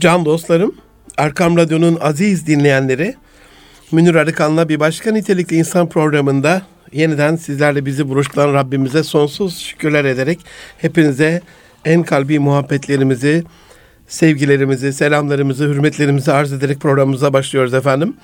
Can dostlarım, Erkam Radyo'nun aziz dinleyenleri, Münir Arıkan'la Bir Başka Nitelikli İnsan programında yeniden sizlerle bizi buluşturan Rabbimize sonsuz şükürler ederek hepinize en kalbi muhabbetlerimizi, sevgilerimizi, selamlarımızı, hürmetlerimizi arz ederek programımıza başlıyoruz efendim.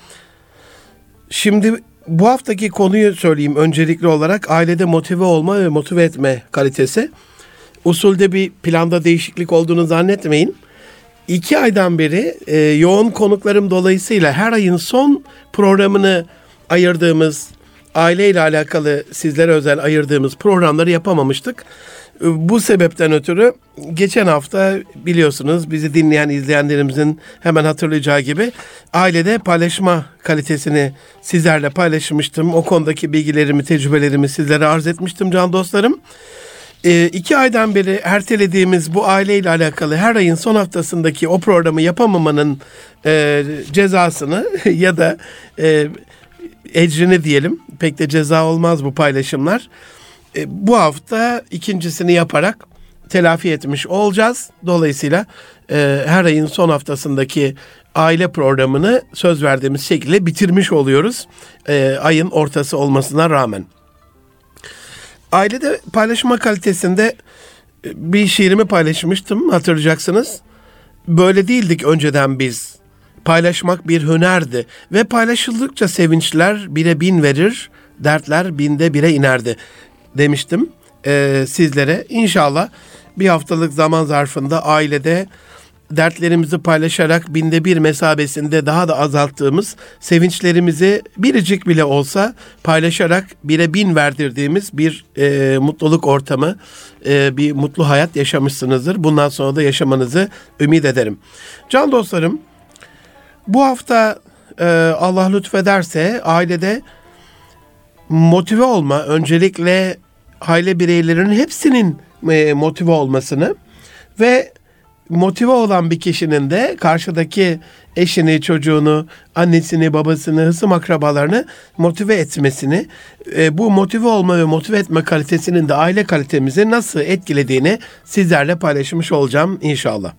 Şimdi bu haftaki konuyu söyleyeyim öncelikli olarak: ailede motive olma ve motive etme kalitesi. Usulde bir planda değişiklik olduğunu zannetmeyin. 2 aydan beri yoğun konuklarım dolayısıyla her ayın son programını ayırdığımız, aileyle alakalı sizlere özel ayırdığımız programları yapamamıştık. Bu sebepten ötürü geçen hafta biliyorsunuz bizi dinleyen izleyenlerimizin hemen hatırlayacağı gibi ailede paylaşma kalitesini sizlerle paylaşmıştım. O konudaki bilgilerimi, tecrübelerimi sizlere arz etmiştim can dostlarım. 2 aydan beri ertelediğimiz bu aileyle alakalı her ayın son haftasındaki o programı yapamamanın cezasını ya da ecrini diyelim, pek de ceza olmaz bu paylaşımlar. Bu hafta ikincisini yaparak telafi etmiş olacağız. Dolayısıyla her ayın son haftasındaki aile programını söz verdiğimiz şekilde bitirmiş oluyoruz. Ayın ortası olmasına rağmen. Ailede paylaşma kalitesinde bir şiirimi paylaşmıştım, hatırlayacaksınız. Böyle değildik önceden biz. Paylaşmak bir hünerdi ve paylaşıldıkça sevinçler 1'e 1000 verir, dertler 1000'de 1'e inerdi demiştim sizlere. İnşallah bir haftalık zaman zarfında ailede dertlerimizi paylaşarak 1000'de 1 mesabesinde daha da azalttığımız, sevinçlerimizi biricik bile olsa paylaşarak 1'e 1000 verdirdiğimiz bir mutluluk ortamı, bir mutlu hayat yaşamışsınızdır. Bundan sonra da yaşamanızı ümit ederim. Can dostlarım, bu hafta Allah lütfederse ailede motive olma, öncelikle aile bireylerinin hepsinin motive olmasını ve motive olan bir kişinin de karşıdaki eşini, çocuğunu, annesini, babasını, hısım akrabalarını motive etmesini, bu motive olma ve motive etme kalitesinin de aile kalitemizi nasıl etkilediğini sizlerle paylaşmış olacağım inşallah.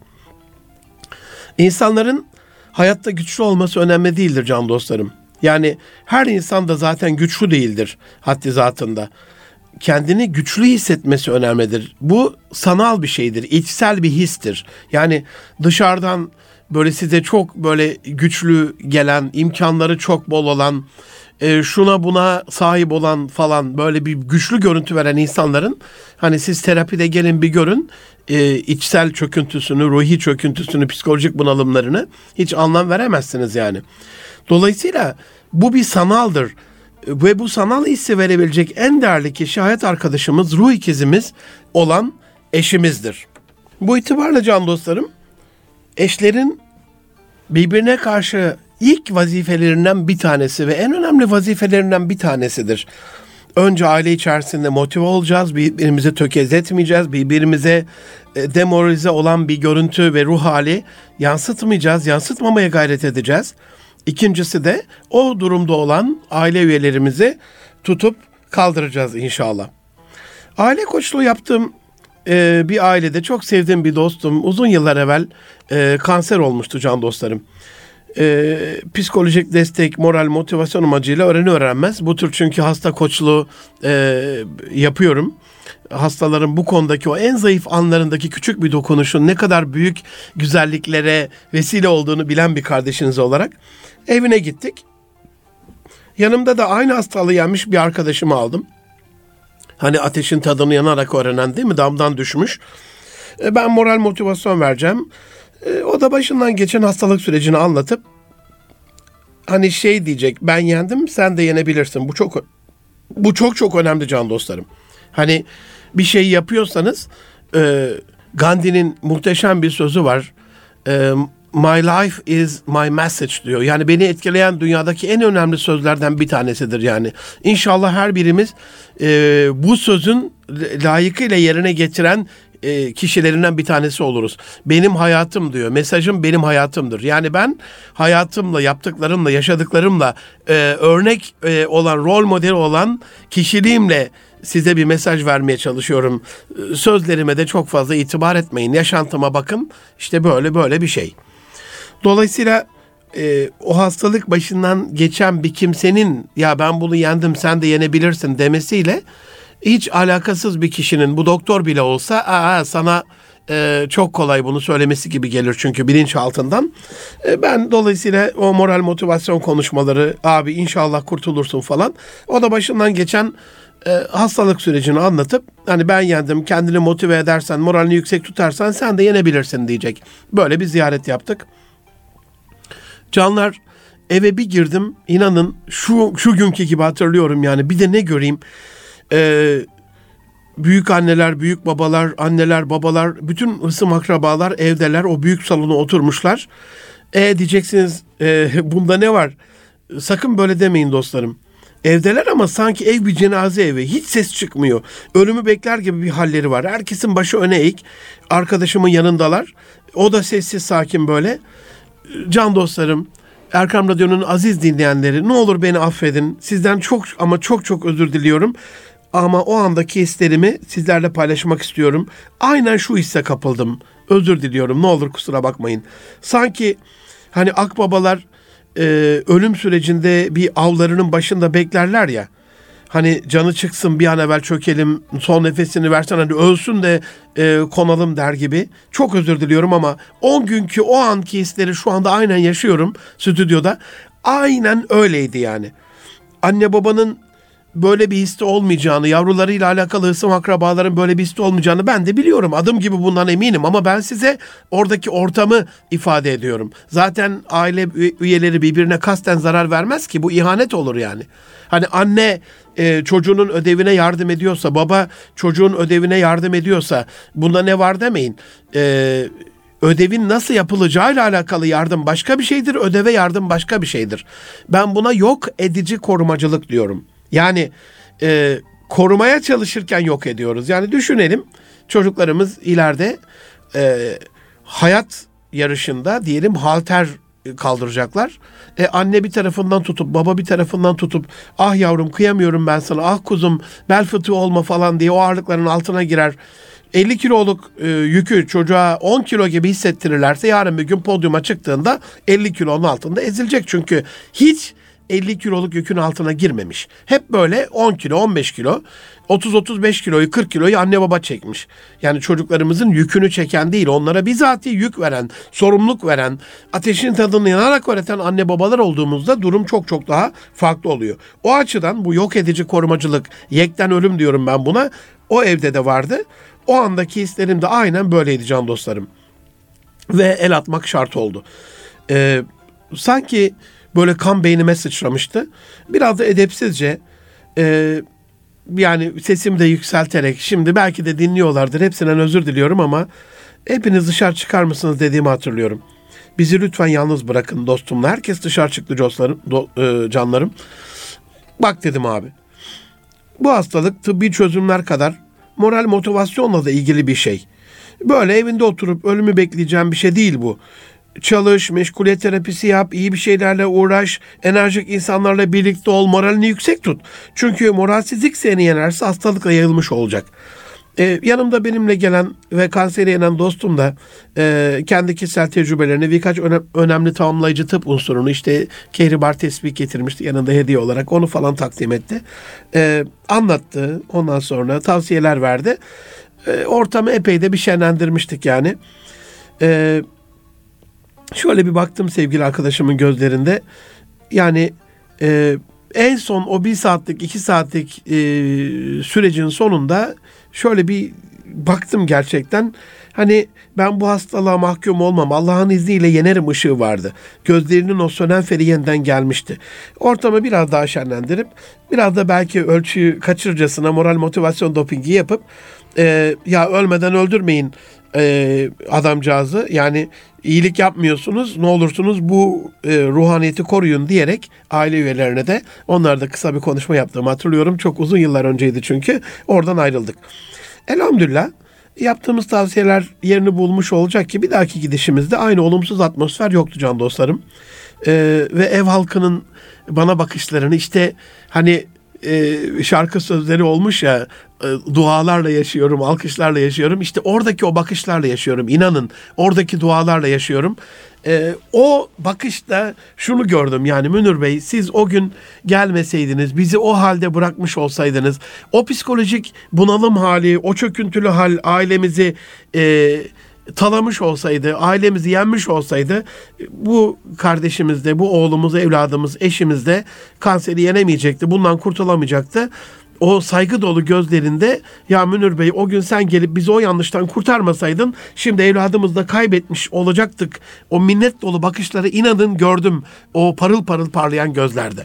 İnsanların hayatta güçlü olması önemli değildir can dostlarım. Yani her insan da zaten güçlü değildir haddi zatında. Kendini güçlü hissetmesi önemlidir. Bu sanal bir şeydir, içsel bir histir. Yani dışarıdan böyle size çok böyle güçlü gelen, imkanları çok bol olan, şuna buna sahip olan falan böyle bir güçlü görüntü veren insanların, hani siz terapide gelin bir görün, içsel çöküntüsünü, ruhi çöküntüsünü, psikolojik bunalımlarını hiç anlam veremezsiniz yani. Dolayısıyla bu bir sanaldır. Ve bu sanal hissi verebilecek en değerli kişi hayat arkadaşımız, ruh ikizimiz olan eşimizdir. Bu itibarla can dostlarım, eşlerin birbirine karşı ilk vazifelerinden bir tanesi ve en önemli vazifelerinden bir tanesidir. Önce aile içerisinde motive olacağız, birbirimizi tökezletmeyeceğiz, birbirimize demoralize olan bir görüntü ve ruh hali yansıtmayacağız, yansıtmamaya gayret edeceğiz. İkincisi de o durumda olan aile üyelerimizi tutup kaldıracağız inşallah. Aile koçluğu yaptığım bir ailede çok sevdiğim bir dostum uzun yıllar evvel kanser olmuştu can dostlarım. Psikolojik destek, moral, motivasyon amacıyla öğrenmez. Bu tür çünkü hasta koçluğu yapıyorum. Hastaların bu konudaki o en zayıf anlarındaki küçük bir dokunuşun ne kadar büyük güzelliklere vesile olduğunu bilen bir kardeşiniz olarak evine gittik. Yanımda da aynı hastalığı yenmiş bir arkadaşımı aldım. Hani ateşin tadını yanarak öğrenen, değil mi? Damdan düşmüş. Ben moral motivasyon vereceğim. O da başından geçen hastalık sürecini anlatıp hani şey diyecek: ben yendim, sen de yenebilirsin. Bu çok önemli can dostlarım. Hani bir şey yapıyorsanız Gandhi'nin muhteşem bir sözü var. My life is my message diyor. Yani beni etkileyen dünyadaki en önemli sözlerden bir tanesidir yani. İnşallah her birimiz bu sözün layıkıyla yerine getiren kişilerinden bir tanesi oluruz. Benim hayatım diyor. Mesajım benim hayatımdır. Yani ben hayatımla, yaptıklarımla, yaşadıklarımla örnek olan, rol model olan kişiliğimle size bir mesaj vermeye çalışıyorum. Sözlerime de çok fazla itibar etmeyin. Yaşantıma bakın. İşte böyle bir şey. Dolayısıyla o hastalık başından geçen bir kimsenin ya ben bunu yendim sen de yenebilirsin demesiyle hiç alakasız bir kişinin, bu doktor bile olsa sana çok kolay bunu söylemesi gibi gelir çünkü bilinçaltından. Ben dolayısıyla o moral motivasyon konuşmaları, abi inşallah kurtulursun falan, o da başından geçen hastalık sürecini anlatıp hani ben yendim, kendini motive edersen, moralini yüksek tutarsan sen de yenebilirsin diyecek. Böyle bir ziyaret yaptık. Canlar, eve bir girdim, inanın şu günkü gibi hatırlıyorum yani. Bir de ne göreyim, büyük anneler, büyük babalar, anneler, babalar, bütün hısım akrabalar evdeler, o büyük salona oturmuşlar. Diyeceksiniz bunda ne var? Sakın böyle demeyin dostlarım. Evdeler ama sanki ev bir cenaze evi. Hiç ses çıkmıyor. Ölümü bekler gibi bir halleri var. Herkesin başı öne eğik. Arkadaşımın yanındalar. O da sessiz sakin böyle. Can dostlarım, Erkam Radyo'nun aziz dinleyenleri, ne olur beni affedin. Sizden çok ama çok çok özür diliyorum. Ama o andaki hislerimi sizlerle paylaşmak istiyorum. Aynen şu hisse kapıldım. Özür diliyorum, ne olur kusura bakmayın. Sanki hani akbabalar ölüm sürecinde bir avlarının başında beklerler ya. Hani canı çıksın bir an evvel çökelim, son nefesini versen hani ölsün de konalım der gibi. Çok özür diliyorum ama 10 günkü o anki hisleri şu anda aynen yaşıyorum stüdyoda. Aynen öyleydi yani. Anne babanın böyle bir hissi olmayacağını, yavrularıyla alakalı hısım akrabaların böyle bir hissi olmayacağını ben de biliyorum. Adım gibi bundan eminim ama ben size oradaki ortamı ifade ediyorum. Zaten aile üyeleri birbirine kasten zarar vermez ki, bu ihanet olur yani. Hani anne çocuğunun ödevine yardım ediyorsa, baba çocuğun ödevine yardım ediyorsa bunda ne var demeyin. Ödevin nasıl yapılacağıyla alakalı yardım başka bir şeydir, ödeve yardım başka bir şeydir. Ben buna yok edici korumacılık diyorum. Yani korumaya çalışırken yok ediyoruz. Yani düşünelim, çocuklarımız ileride hayat yarışında diyelim halter kaldıracaklar. Anne bir tarafından tutup, baba bir tarafından tutup, ah yavrum kıyamıyorum ben sana, ah kuzum bel fıtığı olma falan diye o ağırlıkların altına girer. 50 kiloluk yükü çocuğa 10 kilo gibi hissettirirlerse yarın bir gün podyuma çıktığında 50 kilonun altında ezilecek. Çünkü hiç 50 kiloluk yükün altına girmemiş. Hep böyle 10 kilo, 15 kilo, 30-35 kiloyu, 40 kiloyu anne baba çekmiş. Yani çocuklarımızın yükünü çeken değil, onlara bizatihi yük veren, sorumluluk veren, ateşin tadını yanarak öğreten anne babalar olduğumuzda durum çok çok daha farklı oluyor. O açıdan bu yok edici korumacılık, yekten ölüm diyorum ben buna, o evde de vardı. O andaki hislerim de aynen böyleydi can dostlarım. Ve el atmak şart oldu. Sanki böyle kan beynime sıçramıştı. Biraz da edepsizce yani sesimi de yükselterek, şimdi belki de dinliyorlardır, hepsinden özür diliyorum ama hepiniz dışarı çıkar mısınız dediğimi hatırlıyorum. Bizi lütfen yalnız bırakın dostumla. Herkes dışarı çıktı canlarım. Bak dedim abi, bu hastalık tıbbi çözümler kadar moral motivasyonla da ilgili bir şey. Böyle evinde oturup ölümü bekleyeceğim bir şey değil bu. Çalış, meşguliyet terapisi yap, iyi bir şeylerle uğraş, enerjik insanlarla birlikte ol, moralini yüksek tut. Çünkü moralsizlik seni yenerse hastalıkla yayılmış olacak. Yanımda benimle gelen ve kanseri yenen dostum da kendi kişisel tecrübelerini, birkaç önemli tamamlayıcı tıp unsurunu, işte kehribar tespih getirmişti yanında hediye olarak, onu falan takdim etti. Anlattı, ondan sonra tavsiyeler verdi. Ortamı epey de bir şenlendirmiştik yani. Şöyle bir baktım sevgili arkadaşımın gözlerinde. Yani en son o 1 saatlik 2 saatlik sürecin sonunda şöyle bir baktım gerçekten. Hani ben bu hastalığa mahkum olmam, Allah'ın izniyle yenerim ışığı vardı. Gözlerinin o sönen feri yeniden gelmişti. Ortamı biraz daha şenlendirip, biraz da belki ölçüyü kaçırcasına moral motivasyon dopingi yapıp ya ölmeden öldürmeyin adamcağızı, yani iyilik yapmıyorsunuz, ne olursunuz bu ruhaniyeti koruyun diyerek aile üyelerine de, onlara da kısa bir konuşma yaptığımı hatırlıyorum. Çok uzun yıllar önceydi çünkü, oradan ayrıldık. Elhamdülillah yaptığımız tavsiyeler yerini bulmuş olacak ki bir dahaki gidişimizde aynı olumsuz atmosfer yoktu can dostlarım. Ve ev halkının bana bakışlarını, işte hani şarkı sözleri olmuş ya, dualarla yaşıyorum, alkışlarla yaşıyorum. İşte oradaki o bakışlarla yaşıyorum. İnanın oradaki dualarla yaşıyorum. O bakışta şunu gördüm, yani Münir Bey, siz o gün gelmeseydiniz, bizi o halde bırakmış olsaydınız, o psikolojik bunalım hali, o çöküntülü hal ailemizi talamış olsaydı, ailemizi yenmiş olsaydı, bu kardeşimiz de, bu oğlumuz, evladımız, eşimiz de kanseri yenemeyecekti, bundan kurtulamayacaktı. O saygı dolu gözlerinde, ya Münir Bey, o gün sen gelip bizi o yanlıştan kurtarmasaydın şimdi evladımızı da kaybetmiş olacaktık. O minnet dolu bakışları, inanın, gördüm o parıl parıl parlayan gözlerde.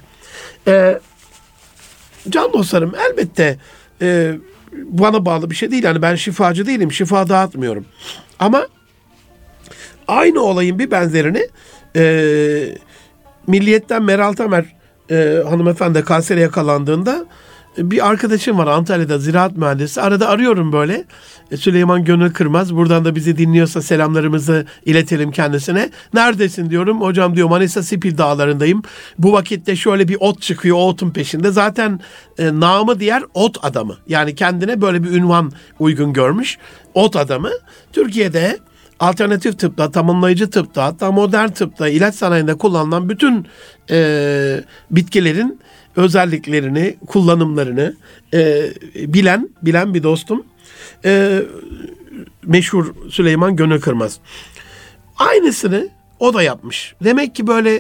Can dostlarım, elbette bana bağlı bir şey değil. Yani ben şifacı değilim, şifa dağıtmıyorum. Ama aynı olayın bir benzerini Milliyet'ten Meral Tamer hanımefendi kansere yakalandığında, bir arkadaşım var Antalya'da, ziraat mühendisi. Arada arıyorum böyle. Süleyman Gönül Kırmaz. Buradan da bizi dinliyorsa selamlarımızı iletelim kendisine. Neredesin diyorum. Hocam diyor, Manisa Sipil Dağları'ndayım. Bu vakitte şöyle bir ot çıkıyor. O otun peşinde. Zaten namı diğer ot adamı. Yani kendine böyle bir ünvan uygun görmüş. Ot adamı. Türkiye'de alternatif tıpta, tamamlayıcı tıpta, hatta modern tıpta, ilaç sanayinde kullanılan bütün bitkilerin özelliklerini, kullanımlarını bilen bir dostum. Meşhur Süleyman Gönül Kırmaz. Aynısını o da yapmış. Demek ki böyle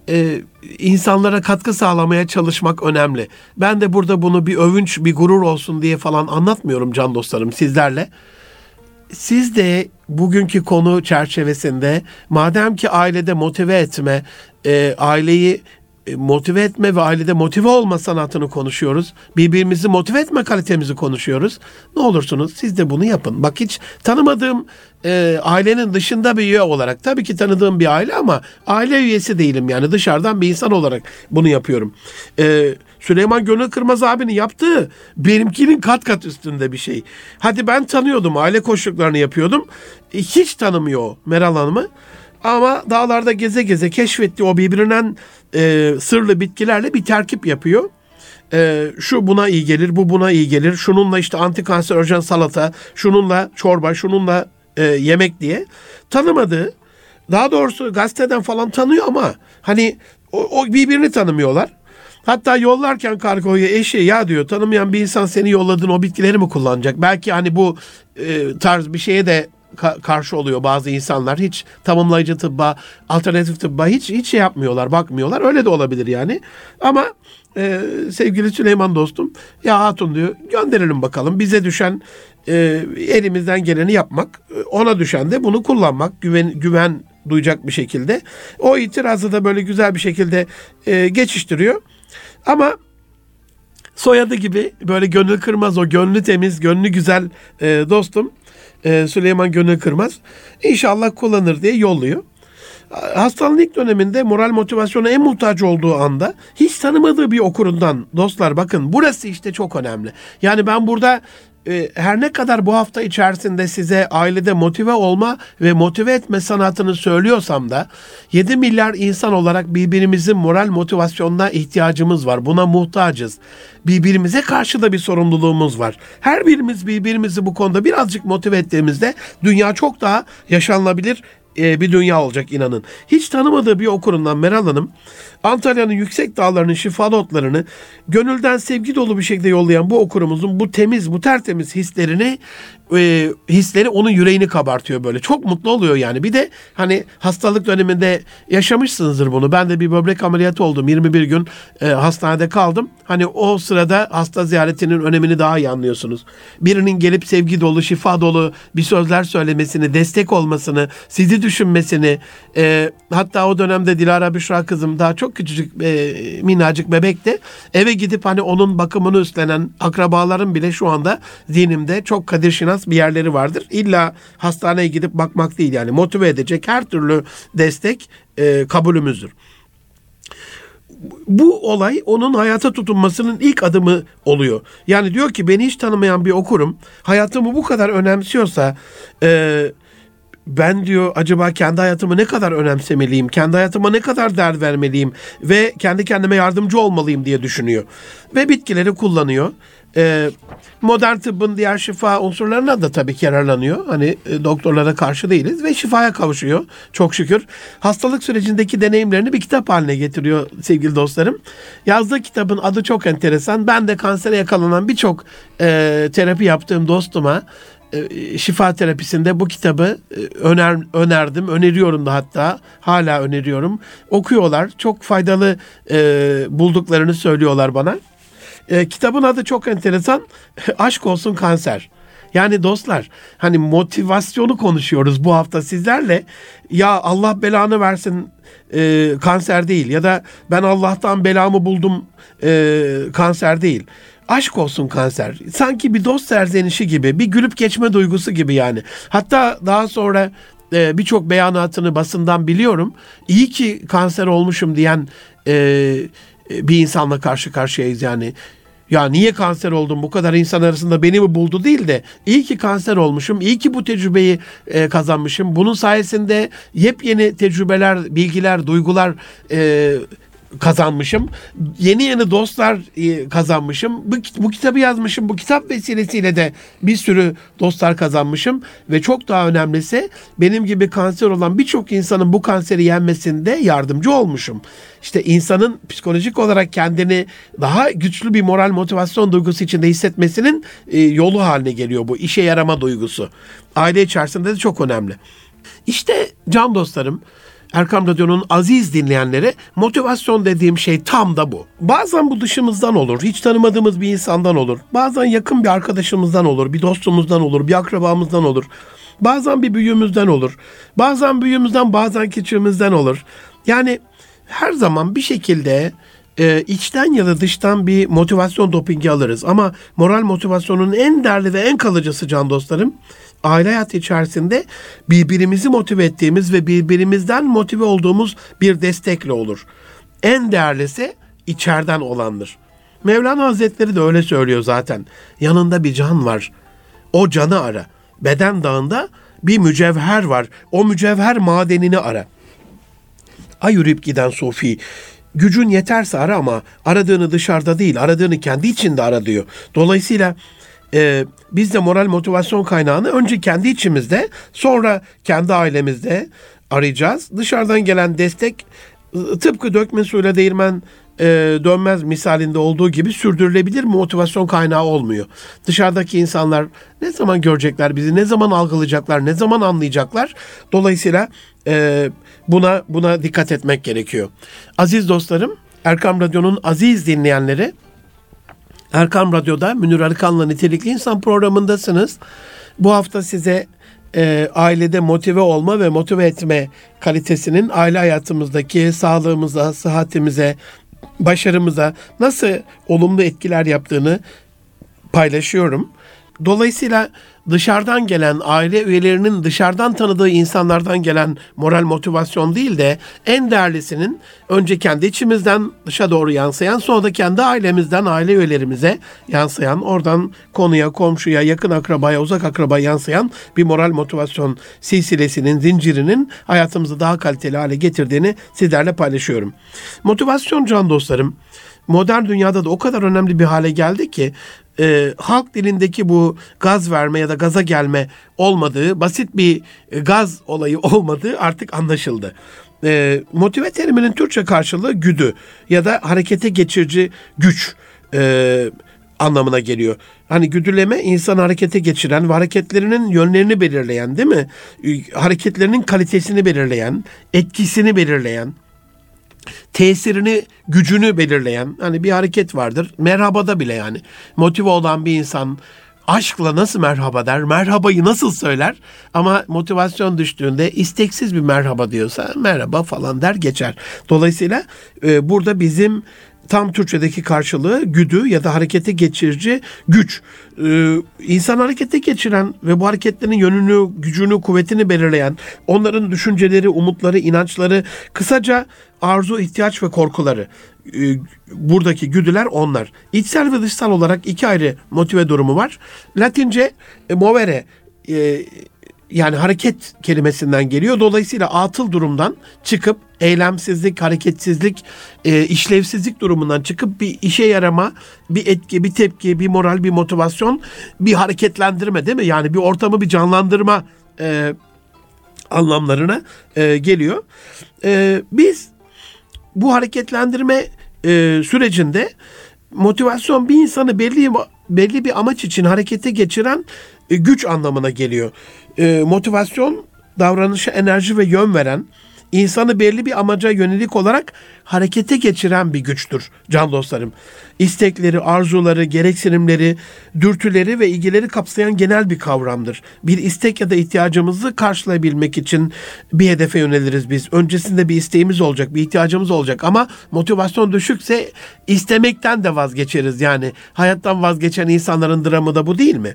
insanlara katkı sağlamaya çalışmak önemli. Ben de burada bunu bir övünç, bir gurur olsun diye falan anlatmıyorum can dostlarım sizlerle. Siz de bugünkü konu çerçevesinde, madem ki ailede motive etme, aileyi motive etme ve ailede motive olma sanatını konuşuyoruz. Birbirimizi motive etme kalitemizi konuşuyoruz. Ne olursunuz siz de bunu yapın. Bak, hiç tanımadığım ailenin dışında bir üye olarak, tabii ki tanıdığım bir aile ama aile üyesi değilim, yani dışarıdan bir insan olarak bunu yapıyorum. Süleyman Gönül Kırmaz abinin yaptığı benimkinin kat kat üstünde bir şey. Hadi ben tanıyordum, aile koçluklarını yapıyordum. Hiç tanımıyor Meral Hanım'ı. Ama dağlarda geze geze keşfettiği o birbirinden sırlı bitkilerle bir terkip yapıyor. Şu buna iyi gelir, bu buna iyi gelir. Şununla işte antikanserojen salata, şununla çorba, şununla yemek diye. Tanımadığı, daha doğrusu gazeteden falan tanıyor ama hani o birbirini tanımıyorlar. Hatta yollarken kargoyu eşi, ya diyor, tanımayan bir insan seni yolladığın o bitkileri mi kullanacak? Belki hani bu tarz bir şeye de karşı oluyor bazı insanlar. Hiç tamamlayıcı tıbba, alternatif tıbba hiç şey yapmıyorlar, bakmıyorlar. Öyle de olabilir yani. Ama sevgili Süleyman dostum, ya hatun diyor, gönderelim bakalım. Bize düşen elimizden geleni yapmak. Ona düşen de bunu kullanmak. Güven duyacak bir şekilde. O itirazı da böyle güzel bir şekilde geçiştiriyor. Ama soyadı gibi böyle gönül kırmaz, o gönlü temiz, gönlü güzel dostum Süleyman Gönül Kırmaz İnşallah kullanır diye yolluyor. Hastanın ilk döneminde moral motivasyona en muhtaç olduğu anda hiç tanımadığı bir okurundan, dostlar bakın burası işte çok önemli. Yani ben burada her ne kadar bu hafta içerisinde size ailede motive olma ve motive etme sanatını söylüyorsam da 7 milyar insan olarak birbirimizin moral motivasyonuna ihtiyacımız var. Buna muhtacız. Birbirimize karşı da bir sorumluluğumuz var. Her birimiz birbirimizi bu konuda birazcık motive ettiğimizde dünya çok daha yaşanılabilir bir dünya olacak, inanın. Hiç tanımadığı bir okurundan Meral Hanım, Antalya'nın yüksek dağlarının şifalı otlarını gönülden sevgi dolu bir şekilde yollayan bu okurumuzun bu temiz, bu tertemiz hisleri onun yüreğini kabartıyor böyle. Çok mutlu oluyor yani. Bir de hani hastalık döneminde yaşamışsınızdır bunu. Ben de bir böbrek ameliyatı oldum. 21 gün hastanede kaldım. Hani o sırada hasta ziyaretinin önemini daha iyi anlıyorsunuz. Birinin gelip sevgi dolu, şifa dolu bir sözler söylemesini, destek olmasını, sizi düşünmesini, hatta o dönemde Dilara Büşra kızım daha çok küçücük minnacık bebekti. Eve gidip hani onun bakımını üstlenen akrabalarım bile şu anda zihnimde çok kadirşinas bir yerleri vardır. İlla hastaneye gidip bakmak değil, yani motive edecek her türlü destek kabulümüzdür. Bu olay onun hayata tutunmasının ilk adımı oluyor. Yani diyor ki, beni hiç tanımayan bir okurum hayatımı bu kadar önemsiyorsa, ben diyor acaba kendi hayatımı ne kadar önemsemeliyim, kendi hayatıma ne kadar değer vermeliyim ve kendi kendime yardımcı olmalıyım diye düşünüyor. Ve bitkileri kullanıyor. Modern tıbbın diğer şifa unsurlarına da tabii ki yararlanıyor. Hani doktorlara karşı değiliz ve şifaya kavuşuyor çok şükür. Hastalık sürecindeki deneyimlerini bir kitap haline getiriyor sevgili dostlarım. Yazdığı kitabın adı çok enteresan. Ben de kansere yakalanan birçok terapi yaptığım dostuma şifa terapisinde bu kitabı önerdim. Öneriyorum da hatta. Hala öneriyorum. Okuyorlar. Çok faydalı bulduklarını söylüyorlar bana. Kitabın adı çok enteresan. Aşk olsun kanser. Yani dostlar hani motivasyonu konuşuyoruz bu hafta sizlerle. Ya Allah belanı versin kanser değil ya da ben Allah'tan belamı buldum kanser değil. Aşk olsun kanser. Sanki bir dost serzenişi gibi, bir gülüp geçme duygusu gibi yani. Hatta daha sonra birçok beyanatını basından biliyorum. İyi ki kanser olmuşum diyen bir insanla karşı karşıyayız yani. Ya niye kanser oldum, bu kadar insan arasında beni mi buldu değil de iyi ki kanser olmuşum, iyi ki bu tecrübeyi kazanmışım. Bunun sayesinde yepyeni tecrübeler, bilgiler, duygular kazanmışım. Yeni dostlar kazanmışım. Bu kitabı yazmışım. Bu kitap vesilesiyle de bir sürü dostlar kazanmışım. Ve çok daha önemlisi benim gibi kanser olan birçok insanın bu kanseri yenmesinde yardımcı olmuşum. İşte insanın psikolojik olarak kendini daha güçlü bir moral motivasyon duygusu içinde hissetmesinin yolu haline geliyor bu işe yarama duygusu. Aile içerisinde de çok önemli. İşte can dostlarım, Erkam Radyo'nun aziz dinleyenleri, motivasyon dediğim şey tam da bu. Bazen bu dışımızdan olur, hiç tanımadığımız bir insandan olur. Bazen yakın bir arkadaşımızdan olur, bir dostumuzdan olur, bir akrabamızdan olur. Bazen bir büyüğümüzden olur. Bazen büyüğümüzden, bazen küçüğümüzden olur. Yani her zaman bir şekilde içten ya da dıştan bir motivasyon dopingi alırız. Ama moral motivasyonun en değerli ve en kalıcısı can dostlarım, aile hayatı içerisinde birbirimizi motive ettiğimiz ve birbirimizden motive olduğumuz bir destekle olur. En değerlisi içeriden olandır. Mevlana Hazretleri de öyle söylüyor zaten. Yanında bir can var. O canı ara. Beden dağında bir mücevher var. O mücevher madenini ara. Ay yürüyüp giden Sufi, gücün yeterse ara ama aradığını dışarıda değil, aradığını kendi içinde ara diyor. Dolayısıyla biz de moral motivasyon kaynağını önce kendi içimizde, sonra kendi ailemizde arayacağız. Dışarıdan gelen destek tıpkı dökme suyla değirmen dönmez misalinde olduğu gibi sürdürülebilir motivasyon kaynağı olmuyor. Dışarıdaki insanlar ne zaman görecekler bizi, ne zaman algılayacaklar, ne zaman anlayacaklar. Dolayısıyla buna dikkat etmek gerekiyor. Aziz dostlarım, Erkam Radyo'nun aziz dinleyenleri, Erkam Radyo'da Münir Arıkan'la Nitelikli İnsan programındasınız. Bu hafta size ailede motive olma ve motive etme kalitesinin aile hayatımızdaki sağlığımıza, sıhhatimize, başarımıza nasıl olumlu etkiler yaptığını paylaşıyorum. Dolayısıyla dışarıdan gelen, aile üyelerinin dışarıdan tanıdığı insanlardan gelen moral motivasyon değil de en değerlisinin önce kendi içimizden dışa doğru yansıyan, sonra da kendi ailemizden aile üyelerimize yansıyan, oradan konuya, komşuya, yakın akrabaya, uzak akrabaya yansıyan bir moral motivasyon silsilesinin, zincirinin hayatımızı daha kaliteli hale getirdiğini sizlerle paylaşıyorum. Motivasyon can dostlarım, modern dünyada da o kadar önemli bir hale geldi ki halk dilindeki bu gaz verme ya da gaza gelme olmadığı, basit bir gaz olayı olmadığı artık anlaşıldı. Motive teriminin Türkçe karşılığı güdü ya da harekete geçirici güç anlamına geliyor. Hani güdüleme insan harekete geçiren ve hareketlerinin yönlerini belirleyen, değil mi? Hareketlerinin kalitesini belirleyen, etkisini belirleyen, tesirini, gücünü belirleyen hani bir hareket vardır. Merhabada bile yani motive olan bir insan aşkla nasıl merhaba der, merhabayı nasıl söyler ama motivasyon düştüğünde isteksiz bir merhaba diyorsa merhaba falan der geçer. Dolayısıyla burada bizim tam Türkçedeki karşılığı güdü ya da harekete geçirici güç. İnsan harekete geçiren ve bu hareketlerin yönünü, gücünü, kuvvetini belirleyen, onların düşünceleri, umutları, inançları, kısaca arzu, ihtiyaç ve korkuları. Buradaki güdüler onlar. İçsel ve dışsal olarak iki ayrı motive durumu var. Latince movere yani hareket kelimesinden geliyor. Dolayısıyla atıl durumdan çıkıp eylemsizlik, hareketsizlik, işlevsizlik durumundan çıkıp bir işe yarama, bir etki, bir tepki, bir moral, bir motivasyon, bir hareketlendirme değil mi? Yani bir ortamı bir canlandırma anlamlarına geliyor. Biz bu hareketlendirme sürecinde motivasyon bir insanı belli bir amaç için harekete geçiren güç anlamına geliyor. Motivasyon davranışa enerji ve yön veren, insanı belli bir amaca yönelik olarak harekete geçiren bir güçtür can dostlarım. İstekleri, arzuları, gereksinimleri, dürtüleri ve ilgileri kapsayan genel bir kavramdır. Bir istek ya da ihtiyacımızı karşılayabilmek için bir hedefe yöneliriz biz. Öncesinde bir isteğimiz olacak, bir ihtiyacımız olacak ama motivasyon düşükse istemekten de vazgeçeriz. Yani hayattan vazgeçen insanların dramı da bu değil mi?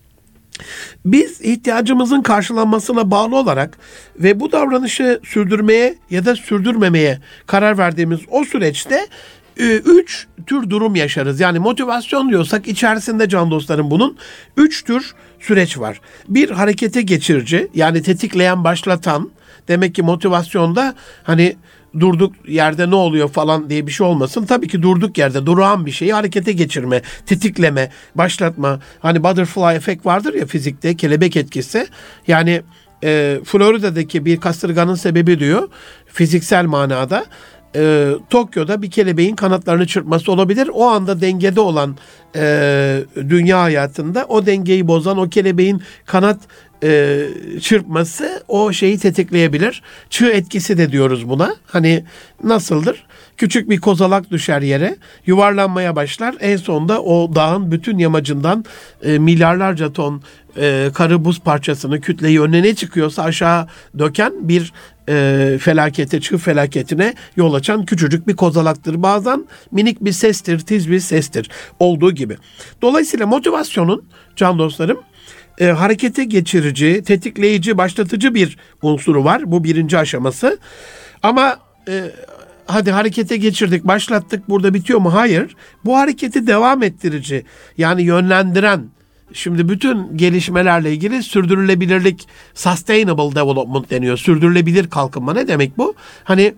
Biz ihtiyacımızın karşılanmasına bağlı olarak ve bu davranışı sürdürmeye ya da sürdürmemeye karar verdiğimiz o süreçte 3 tür durum yaşarız. Yani motivasyon diyorsak içerisinde can dostlarım bunun 3 tür süreç var. Bir, harekete geçirici, yani tetikleyen, başlatan. Demek ki motivasyonda hani durduk yerde ne oluyor falan diye bir şey olmasın. Tabii ki durduk yerde durağan bir şeyi harekete geçirme, tetikleme, başlatma. Hani butterfly efekt vardır ya fizikte, kelebek etkisi. Yani Florida'daki bir kasırganın sebebi diyor fiziksel manada. Tokyo'da bir kelebeğin kanatlarını çırpması olabilir. O anda dengede olan dünya hayatında o dengeyi bozan o kelebeğin kanat çırpması o şeyi tetikleyebilir. Çığ etkisi de diyoruz buna. Hani nasıldır? Küçük bir kozalak düşer yere, yuvarlanmaya başlar. En sonunda o dağın bütün yamacından milyarlarca ton karı buz parçasını, kütleyi önüne ne çıkıyorsa aşağı döken bir felakete, çığ felaketine yol açan küçücük bir kozalaktır. Bazen minik bir sestir, tiz bir sestir olduğu gibi. Dolayısıyla motivasyonun can dostlarım harekete geçirici, tetikleyici, başlatıcı bir unsuru var. Bu birinci aşaması. Ama hadi harekete geçirdik, başlattık, burada bitiyor mu? Hayır. Bu hareketi devam ettirici, yani yönlendiren, şimdi bütün gelişmelerle ilgili sürdürülebilirlik, sustainable development deniyor. Sürdürülebilir kalkınma ne demek bu? Hani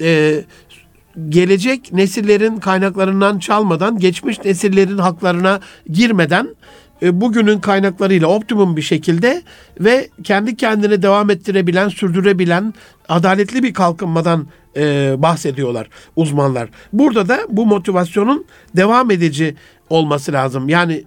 gelecek nesillerin kaynaklarından çalmadan, geçmiş nesillerin haklarına girmeden bugünün kaynaklarıyla optimum bir şekilde ve kendi kendine devam ettirebilen, sürdürebilen, adaletli bir kalkınmadan bahsediyorlar uzmanlar. Burada da bu motivasyonun devam edici olması lazım. Yani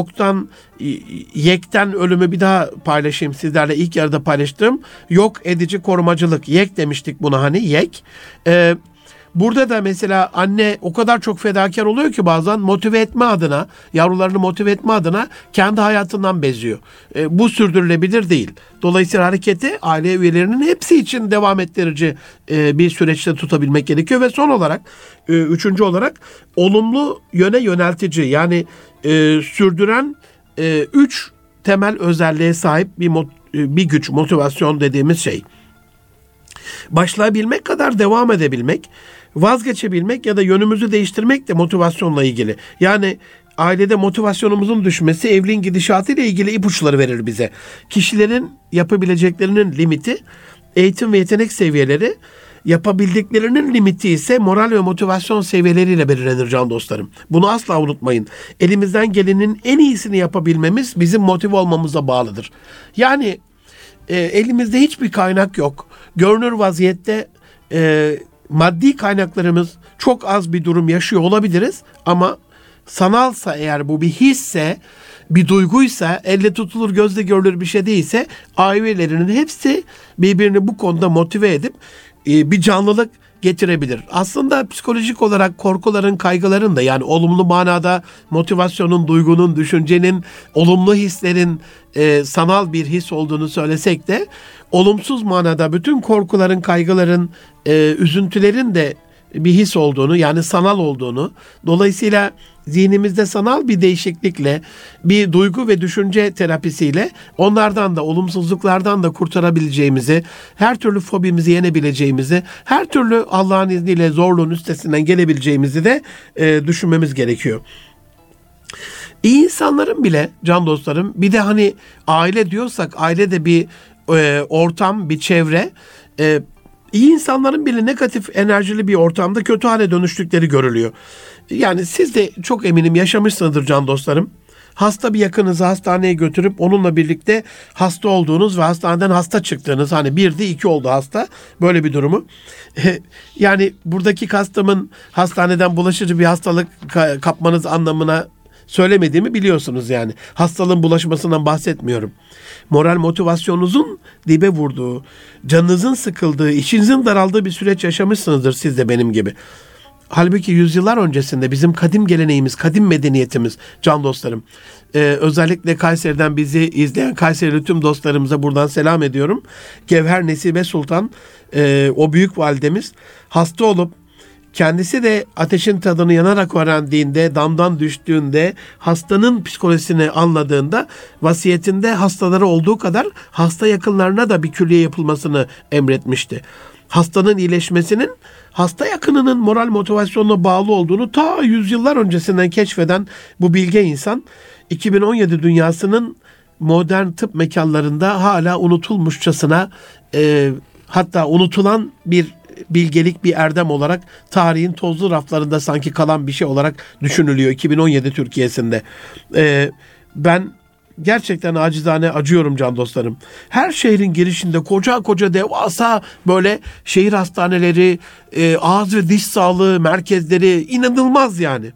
yekten ölümü bir daha paylaşayım sizlerle. İlk yarıda paylaştığım yok edici korumacılık. Yek demiştik buna, hani yek. Burada da mesela anne o kadar çok fedakar oluyor ki bazen motive etme adına, yavrularını motive etme adına kendi hayatından beziyor. Bu sürdürülebilir değil. Dolayısıyla hareketi aile üyelerinin hepsi için devam ettirici bir süreçte tutabilmek gerekiyor. Ve son olarak, üçüncü olarak olumlu yöne yöneltici, yani sürdüren 3 temel özelliğe sahip bir güç, motivasyon dediğimiz şey. Başlayabilmek kadar devam edebilmek, vazgeçebilmek ya da yönümüzü değiştirmek de motivasyonla ilgili. Yani ailede motivasyonumuzun düşmesi evliliğin gidişatı ile ilgili ipuçları verir bize. Kişilerin yapabileceklerinin limiti, eğitim ve yetenek seviyeleri, yapabildiklerinin limiti ise moral ve motivasyon seviyeleriyle belirlenir can dostlarım. Bunu asla unutmayın. Elimizden gelenin en iyisini yapabilmemiz bizim motive olmamıza bağlıdır. Yani elimizde hiçbir kaynak yok. Görünür vaziyette maddi kaynaklarımız çok az bir durum yaşıyor olabiliriz ama sanalsa eğer, bu bir hisse, bir duyguysa, elle tutulur gözle görülür bir şey değilse, ailelerinin hepsi birbirini bu konuda motive edip bir canlılık getirebilir. Aslında psikolojik olarak korkuların, kaygıların da, yani olumlu manada motivasyonun, duygunun, düşüncenin, olumlu hislerin sanal bir his olduğunu söylesek de, olumsuz manada bütün korkuların, kaygıların, üzüntülerin de bir his olduğunu, yani sanal olduğunu, dolayısıyla zihnimizde sanal bir değişiklikle, bir duygu ve düşünce terapisiyle onlardan da, olumsuzluklardan da kurtarabileceğimizi, her türlü fobimizi yenebileceğimizi, her türlü Allah'ın izniyle zorluğun üstesinden gelebileceğimizi de düşünmemiz gerekiyor. İyi insanların bile can dostlarım, bir de hani aile diyorsak, aile de bir ortam, bir çevre. İyi insanların bile negatif enerjili bir ortamda kötü hale dönüştükleri görülüyor. Yani siz de çok eminim yaşamışsınızdır can dostlarım. Hasta bir yakınızı hastaneye götürüp onunla birlikte hasta olduğunuz ve hastaneden hasta çıktığınız, hani bir de iki oldu hasta, böyle bir durumu. Yani buradaki hastamın hastaneden bulaşıcı bir hastalık kapmanız anlamına söylemediğimi biliyorsunuz yani. Hastalığın bulaşmasından bahsetmiyorum. Moral motivasyonunuzun dibe vurduğu, canınızın sıkıldığı, içinizin daraldığı bir süreç yaşamışsınızdır siz de benim gibi. Halbuki yüzyıllar öncesinde bizim kadim geleneğimiz, kadim medeniyetimiz can dostlarım. Özellikle Kayseri'den bizi izleyen Kayserili tüm dostlarımıza buradan selam ediyorum. Gevher Nesibe Sultan, o büyük validemiz hasta olup kendisi de ateşin tadını yanarak öğrendiğinde, damdan düştüğünde, hastanın psikolojisini anladığında vasiyetinde hastaları olduğu kadar hasta yakınlarına da bir külliye yapılmasını emretmişti. Hastanın iyileşmesinin hasta yakınının moral motivasyonuna bağlı olduğunu ta yüzyıllar öncesinden keşfeden bu bilge insan 2017 dünyasının modern tıp mekanlarında hala unutulmuşçasına, hatta unutulan bir bilgelik, bir erdem olarak tarihin tozlu raflarında sanki kalan bir şey olarak düşünülüyor 2017 Türkiye'sinde. Ben gerçekten acizane acıyorum can dostlarım. Her şehrin girişinde koca koca devasa böyle şehir hastaneleri, ağız ve diş sağlığı merkezleri, inanılmaz yani.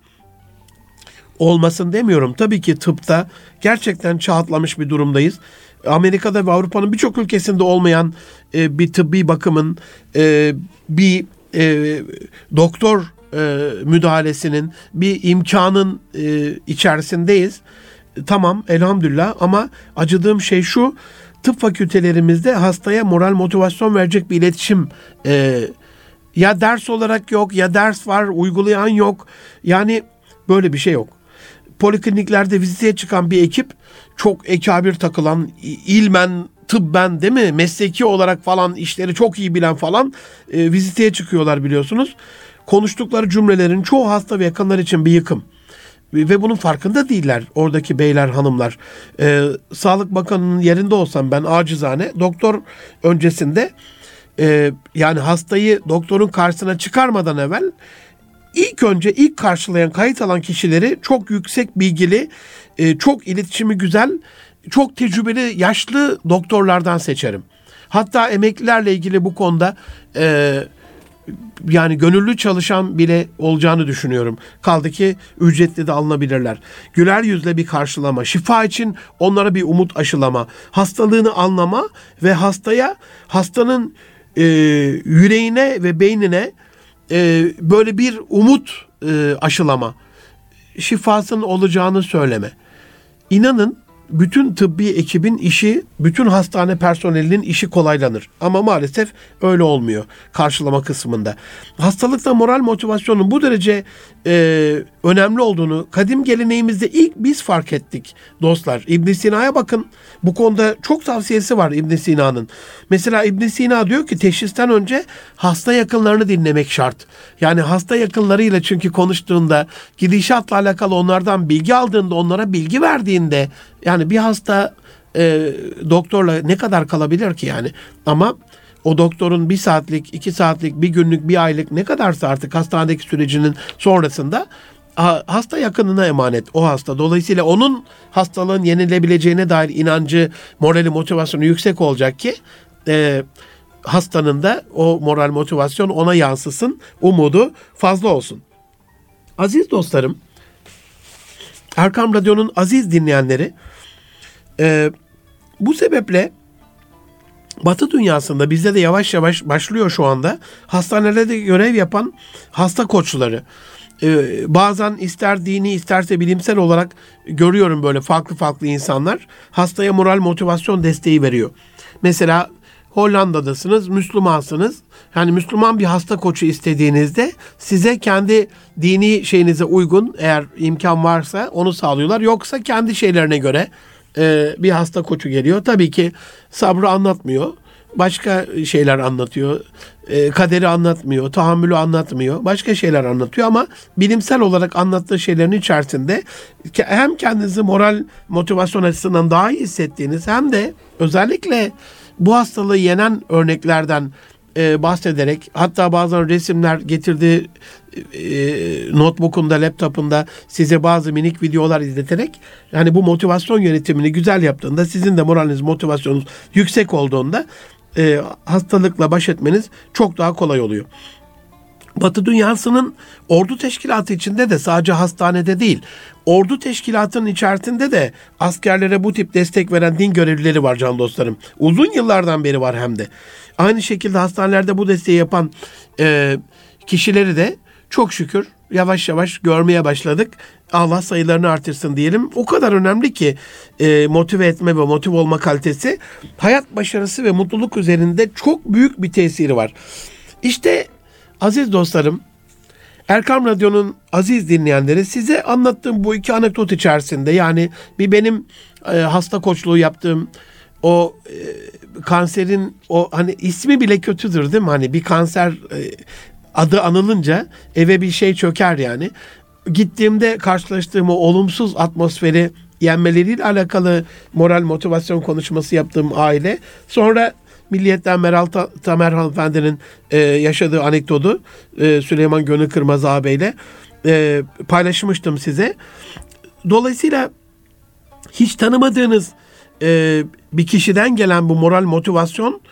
Olmasın demiyorum. Tabii ki tıpta gerçekten çağ atlamış bir durumdayız. Amerika'da ve Avrupa'nın birçok ülkesinde olmayan bir tıbbi bakımın, bir doktor müdahalesinin, bir imkanın içerisindeyiz. Tamam, elhamdülillah, ama acıdığım şey şu: tıp fakültelerimizde hastaya moral motivasyon verecek bir iletişim ya ders olarak yok, ya ders var uygulayan yok. Yani böyle bir şey yok. Polikliniklerde viziteye çıkan bir ekip, çok ekabir takılan, ilmen, tıbben değil mi, mesleki olarak falan işleri çok iyi bilen falan viziteye çıkıyorlar biliyorsunuz. Konuştukları cümlelerin çoğu hasta ve yakınlar için bir yıkım. Ve bunun farkında değiller oradaki beyler, hanımlar. Sağlık Bakanı'nın yerinde olsam ben acizane doktor öncesinde, yani hastayı doktorun karşısına çıkarmadan evvel ilk karşılayan, kayıt alan kişileri çok yüksek bilgili, çok iletişimi güzel, çok tecrübeli yaşlı doktorlardan seçerim. Hatta emeklilerle ilgili bu konuda yani gönüllü çalışan bile olacağını düşünüyorum. Kaldı ki ücretli de alınabilirler. Güler yüzle bir karşılama, şifa için onlara bir umut aşılama, hastalığını anlama ve hastanın yüreğine ve beynine böyle bir umut aşılama, şifasının olacağını söyleme. İnanın bütün tıbbi ekibin işi, bütün hastane personelinin işi kolaylanır. Ama maalesef öyle olmuyor karşılama kısmında. Hastalıkta moral motivasyonun bu derece önemli olduğunu kadim geleneğimizde ilk biz fark ettik dostlar. İbn Sina'ya bakın. Bu konuda çok tavsiyesi var İbn Sina'nın. Mesela İbn Sina diyor ki teşhisten önce hasta yakınlarını dinlemek şart. Yani hasta yakınlarıyla çünkü konuştuğunda, gidişatla alakalı onlardan bilgi aldığında, onlara bilgi verdiğinde, yani bir hasta doktorla ne kadar kalabilir ki yani? Ama o doktorun 1 saatlik, 2 saatlik, 1 günlük, 1 aylık ne kadarsa artık hastanedeki sürecinin sonrasında hasta yakınına emanet o hasta. Dolayısıyla onun hastalığın yenilebileceğine dair inancı, morali, motivasyonu yüksek olacak ki hastanın da o moral motivasyon ona yansısın, umudu fazla olsun. Aziz dostlarım, Erkam Radyo'nun aziz dinleyenleri, bu sebeple Batı dünyasında bizde de yavaş yavaş başlıyor şu anda hastanelerde görev yapan hasta koçları. Bazen ister dini isterse bilimsel olarak görüyorum böyle farklı farklı insanlar hastaya moral motivasyon desteği veriyor. Mesela Hollanda'dasınız, Müslümansınız. Yani Müslüman bir hasta koçu istediğinizde size kendi dini şeyinize uygun, eğer imkan varsa onu sağlıyorlar. Yoksa kendi şeylerine göre bir hasta koçu geliyor. Tabii ki sabrı anlatmıyor. Başka şeyler anlatıyor. kaderi anlatmıyor, tahammülü anlatmıyor, başka şeyler anlatıyor ama bilimsel olarak anlattığı şeylerin içerisinde hem kendinizi moral motivasyon açısından daha iyi hissettiğiniz hem de özellikle bu hastalığı yenen örneklerden bahsederek, hatta bazen resimler getirdiği notebook'unda, laptop'unda size bazı minik videolar izleterek, yani bu motivasyon yönetimini güzel yaptığında, sizin de moraliniz, motivasyonunuz yüksek olduğunda hastalıkla baş etmeniz çok daha kolay oluyor. Batı dünyasının ordu teşkilatı içinde de, sadece hastanede değil, ordu teşkilatının içerisinde de askerlere bu tip destek veren din görevlileri var can dostlarım. Uzun yıllardan beri var hem de. Aynı şekilde hastanelerde bu desteği yapan kişileri de çok şükür yavaş yavaş görmeye başladık. Allah sayılarını artırsın diyelim. O kadar önemli ki motive etme ve motive olma kalitesi, hayat başarısı ve mutluluk üzerinde çok büyük bir tesiri var. İşte aziz dostlarım, Erkam Radyo'nun aziz dinleyenleri, size anlattığım bu iki anekdot içerisinde, yani bir benim hasta koçluğu yaptığım o kanserin, o hani ismi bile kötüdür değil mi? Hani bir kanser adı anılınca eve bir şey çöker yani. Gittiğimde karşılaştığım o olumsuz atmosferi yenmeleriyle alakalı moral motivasyon konuşması yaptığım aile. Sonra Milliyet'ten Meral Tamer hanımefendinin yaşadığı anekdotu Süleyman Gönül Kırmaz ağabeyle paylaşmıştım size. Dolayısıyla hiç tanımadığınız bir kişiden gelen bu moral motivasyon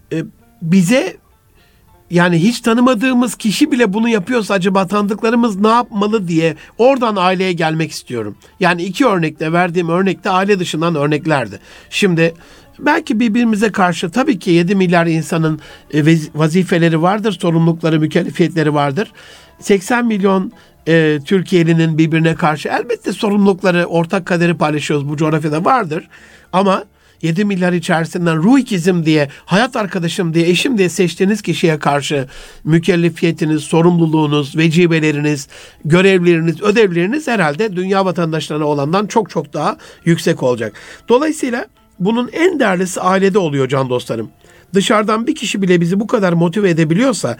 bize, yani hiç tanımadığımız kişi bile bunu yapıyorsa acaba tanıdıklarımız ne yapmalı diye oradan aileye gelmek istiyorum. Yani iki örnekte, verdiğim örnekte aile dışından örneklerdi. Şimdi belki birbirimize karşı tabii ki 7 milyar insanın vazifeleri vardır, sorumlulukları, mükellefiyetleri vardır. 80 milyon Türkiye'linin birbirine karşı elbette sorumlulukları, ortak kaderi paylaşıyoruz, bu coğrafyada vardır. Ama 7 milyar içerisinden ruh ikizim diye, hayat arkadaşım diye, eşim diye seçtiğiniz kişiye karşı mükellefiyetiniz, sorumluluğunuz, vecibeleriniz, görevleriniz, ödevleriniz herhalde dünya vatandaşlarına olandan çok çok daha yüksek olacak. Dolayısıyla bunun en değerlisi ailede oluyor can dostlarım. Dışarıdan bir kişi bile bizi bu kadar motive edebiliyorsa,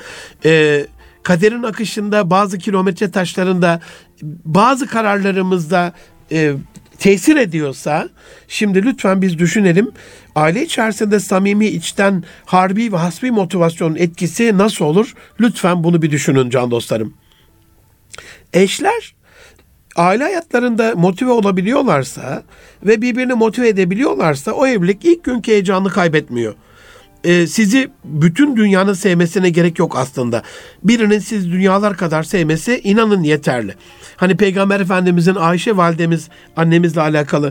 kaderin akışında, bazı kilometre taşlarında, bazı kararlarımızda tesir ediyorsa, şimdi lütfen biz düşünelim. Aile içerisinde samimi, içten, harbi ve hasbi motivasyonun etkisi nasıl olur? Lütfen bunu bir düşünün can dostlarım. Eşler aile hayatlarında motive olabiliyorlarsa ve birbirini motive edebiliyorlarsa, o evlilik ilk günkü heyecanını kaybetmiyor. Sizi bütün dünyanın sevmesine gerek yok aslında. Birinin siz dünyalar kadar sevmesi, inanın, yeterli. Hani Peygamber Efendimizin Ayşe validemiz, annemizle alakalı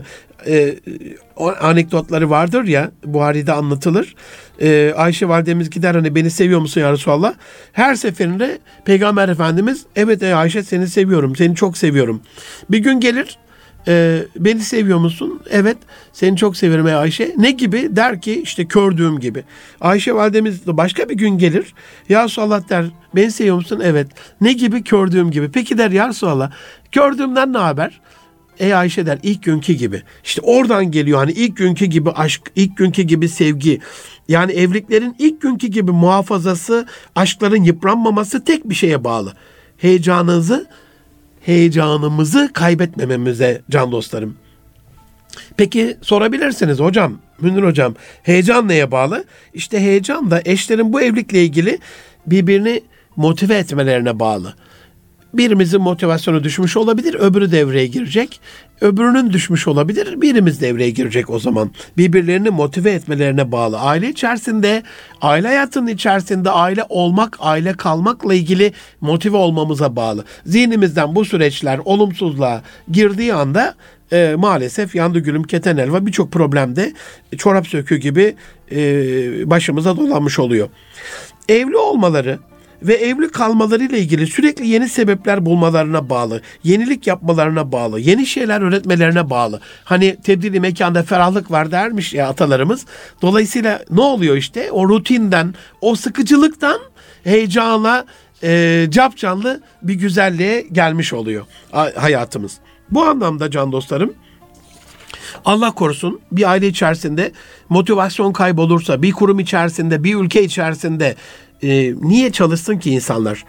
anekdotları vardır ya, Buhari'de anlatılır. Ayşe validemiz gider, hani beni seviyor musun ya Resulallah? Her seferinde Peygamber Efendimiz, evet ey Ayşe, seni seviyorum, seni çok seviyorum. Bir gün gelir, beni seviyor musun? Evet, seni çok severim ey Ayşe. Ne gibi? Der ki işte kördüğüm gibi. Ayşe validemiz de başka bir gün gelir. Ya Resulallah der, beni seviyor musun? Evet. Ne gibi? Kördüğüm gibi. Peki der ya Resulallah, kördüğümden ne haber? Ey Ayşe der, ilk günkü gibi. İşte oradan geliyor hani ilk günkü gibi aşk, ilk günkü gibi sevgi. Yani evliliklerin ilk günkü gibi muhafazası, aşkların yıpranmaması tek bir şeye bağlı. Heyecanımızı kaybetmememize can dostlarım. Peki sorabilirsiniz, hocam, Münir hocam, heyecan neye bağlı? İşte heyecan da eşlerin bu evlilikle ilgili birbirini motive etmelerine bağlı. Birimizin motivasyonu düşmüş olabilir, öbürü devreye girecek. Öbürünün düşmüş olabilir, birimiz devreye girecek o zaman. Birbirlerini motive etmelerine bağlı. Aile içerisinde, aile hayatının içerisinde aile olmak, aile kalmakla ilgili motive olmamıza bağlı. Zihnimizden bu süreçler olumsuzluğa girdiği anda maalesef yandı gülüm keten elva, birçok problemde çorap söküğü gibi başımıza dolanmış oluyor. Evli olmaları ve evli kalmalarıyla ilgili sürekli yeni sebepler bulmalarına bağlı, yenilik yapmalarına bağlı, yeni şeyler öğretmelerine bağlı. Hani tebdili mekanda ferahlık var dermiş ya atalarımız. Dolayısıyla ne oluyor işte? O rutinden, o sıkıcılıktan heyecana, capcanlı bir güzelliğe gelmiş oluyor hayatımız. Bu anlamda can dostlarım, Allah korusun bir aile içerisinde motivasyon kaybolursa, bir kurum içerisinde, bir ülke içerisinde Niye çalışsın ki insanlar?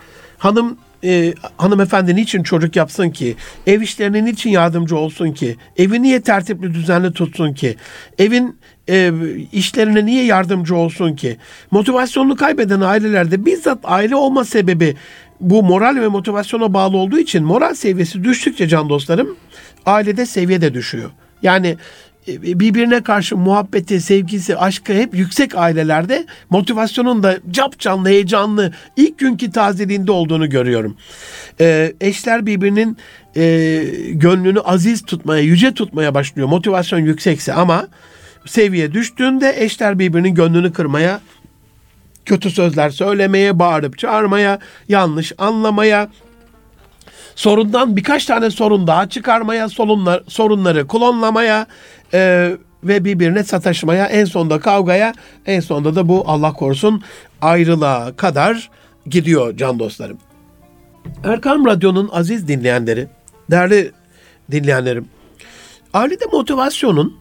Hanımefendi niçin çocuk yapsın ki? Ev işlerine niçin yardımcı olsun ki? Evi niye tertipli düzenli tutsun ki? Evin işlerine niye yardımcı olsun ki? Motivasyonunu kaybeden ailelerde bizzat aile olma sebebi bu moral ve motivasyona bağlı olduğu için moral seviyesi düştükçe can dostlarım ailede seviye de düşüyor. Yani birbirine karşı muhabbeti, sevgisi, aşkı hep yüksek ailelerde motivasyonun da capcanlı, heyecanlı, ilk günkü tazeliğinde olduğunu görüyorum. Eşler birbirinin gönlünü aziz tutmaya, yüce tutmaya başlıyor. Motivasyon yüksekse ama seviye düştüğünde eşler birbirinin gönlünü kırmaya, kötü sözler söylemeye, bağırıp çağırmaya, yanlış anlamaya, sorundan birkaç tane sorun daha çıkarmaya, sorunları klonlamaya ve birbirine sataşmaya, en sonunda kavgaya, en sonunda da bu Allah korusun ayrılığa kadar gidiyor can dostlarım. Erkam Radyo'nun aziz dinleyenleri, değerli dinleyenlerim, ailede motivasyonun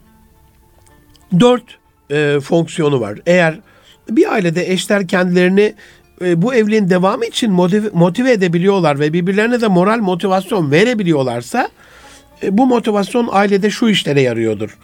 4 fonksiyonu var. Eğer bir ailede eşler kendilerini bu evliliğin devamı için motive edebiliyorlar ve birbirlerine de moral motivasyon verebiliyorlarsa bu motivasyon ailede şu işlere yarıyordur.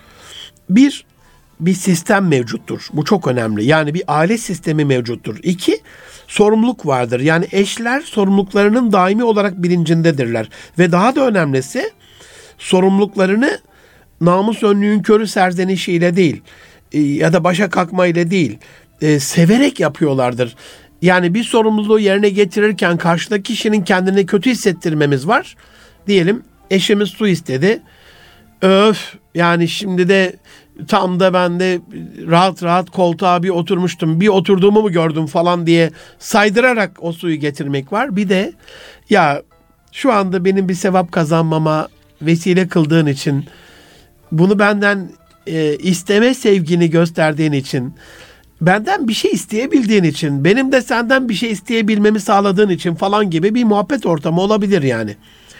Bir sistem mevcuttur. Bu çok önemli. Yani bir aile sistemi mevcuttur. 2, sorumluluk vardır. Yani eşler sorumluluklarının daimi olarak bilincindedirler. Ve daha da önemlisi sorumluluklarını namus önlüğün körü serzenişiyle değil ya da başa kalkmayla değil, severek yapıyorlardır. Yani bir sorumluluğu yerine getirirken karşıdaki kişinin kendini kötü hissettirmemiz var. Diyelim eşimiz su istedi. Yani şimdi de tam da ben de rahat rahat koltuğa bir oturmuştum. Bir oturduğumu mu gördüm falan diye saydırarak o suyu getirmek var. Bir de ya şu anda benim bir sevap kazanmama vesile kıldığın için, bunu benden isteme sevgini gösterdiğin için, benden bir şey isteyebildiğin için, benim de senden bir şey isteyebilmemi sağladığın için falan gibi bir muhabbet ortamı olabilir yani.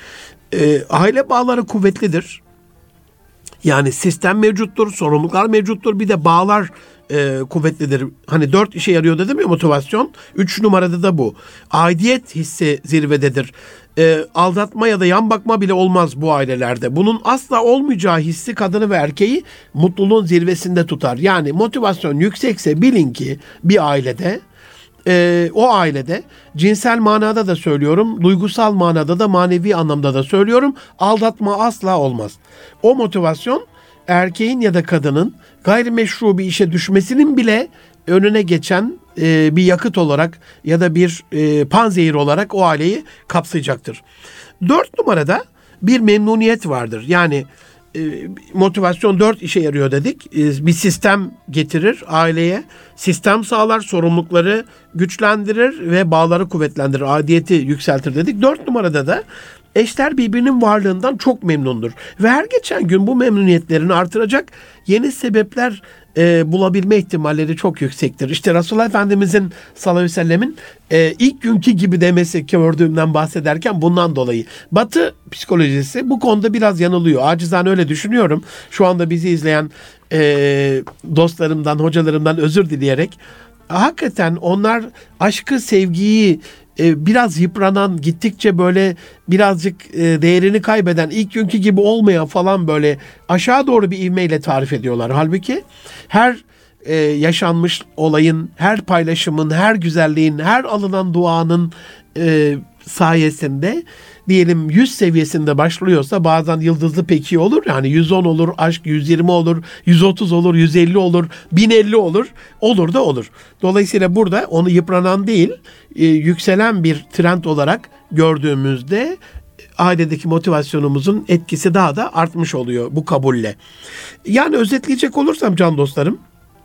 Aile bağları kuvvetlidir. Yani sistem mevcuttur, sorumluluklar mevcuttur, bir de bağlar kuvvetlidir. Hani 4 işe yarıyor dedim ya motivasyon. 3 numarada da bu. Aidiyet hissi zirvededir. Aldatma ya da yan bakma bile olmaz bu ailelerde. Bunun asla olmayacağı hissi kadını ve erkeği mutluluğun zirvesinde tutar. Yani motivasyon yüksekse bilin ki bir ailede, o ailede cinsel manada da söylüyorum, duygusal manada da, manevi anlamda da söylüyorum, aldatma asla olmaz. O motivasyon erkeğin ya da kadının gayrimeşru bir işe düşmesinin bile önüne geçen bir yakıt olarak ya da bir panzehir olarak o aileyi kapsayacaktır. 4 numarada bir memnuniyet vardır. Yani motivasyon 4 işe yarıyor dedik. Bir sistem getirir aileye. Sistem sağlar, sorumlulukları güçlendirir ve bağları kuvvetlendirir. Aidiyeti yükseltir dedik. 4 numarada da eşler birbirinin varlığından çok memnundur. Ve her geçen gün bu memnuniyetlerini artıracak yeni sebepler bulabilme ihtimalleri çok yüksektir. İşte Resulullah Efendimizin sallallahu aleyhi ve sellemin ilk günkü gibi demesi, gördüğümden bahsederken bundan dolayı. Batı psikolojisi bu konuda biraz yanılıyor. Acizane öyle düşünüyorum. Şu anda bizi izleyen dostlarımdan, hocalarımdan özür dileyerek, hakikaten onlar aşkı, sevgiyi biraz yıpranan, gittikçe böyle birazcık değerini kaybeden, ilk günkü gibi olmayan falan böyle aşağı doğru bir ivmeyle tarif ediyorlar. Halbuki her yaşanmış olayın, her paylaşımın, her güzelliğin, her alınan duanın sayesinde diyelim 100 seviyesinde başlıyorsa bazen yıldızlı peki olur. Yani 110 olur, aşk 120 olur, 130 olur, 150 olur, 1050 olur. Olur da olur. Dolayısıyla burada onu yıpranan değil, yükselen bir trend olarak gördüğümüzde ailedeki motivasyonumuzun etkisi daha da artmış oluyor bu kabulle. Yani özetleyecek olursam can dostlarım,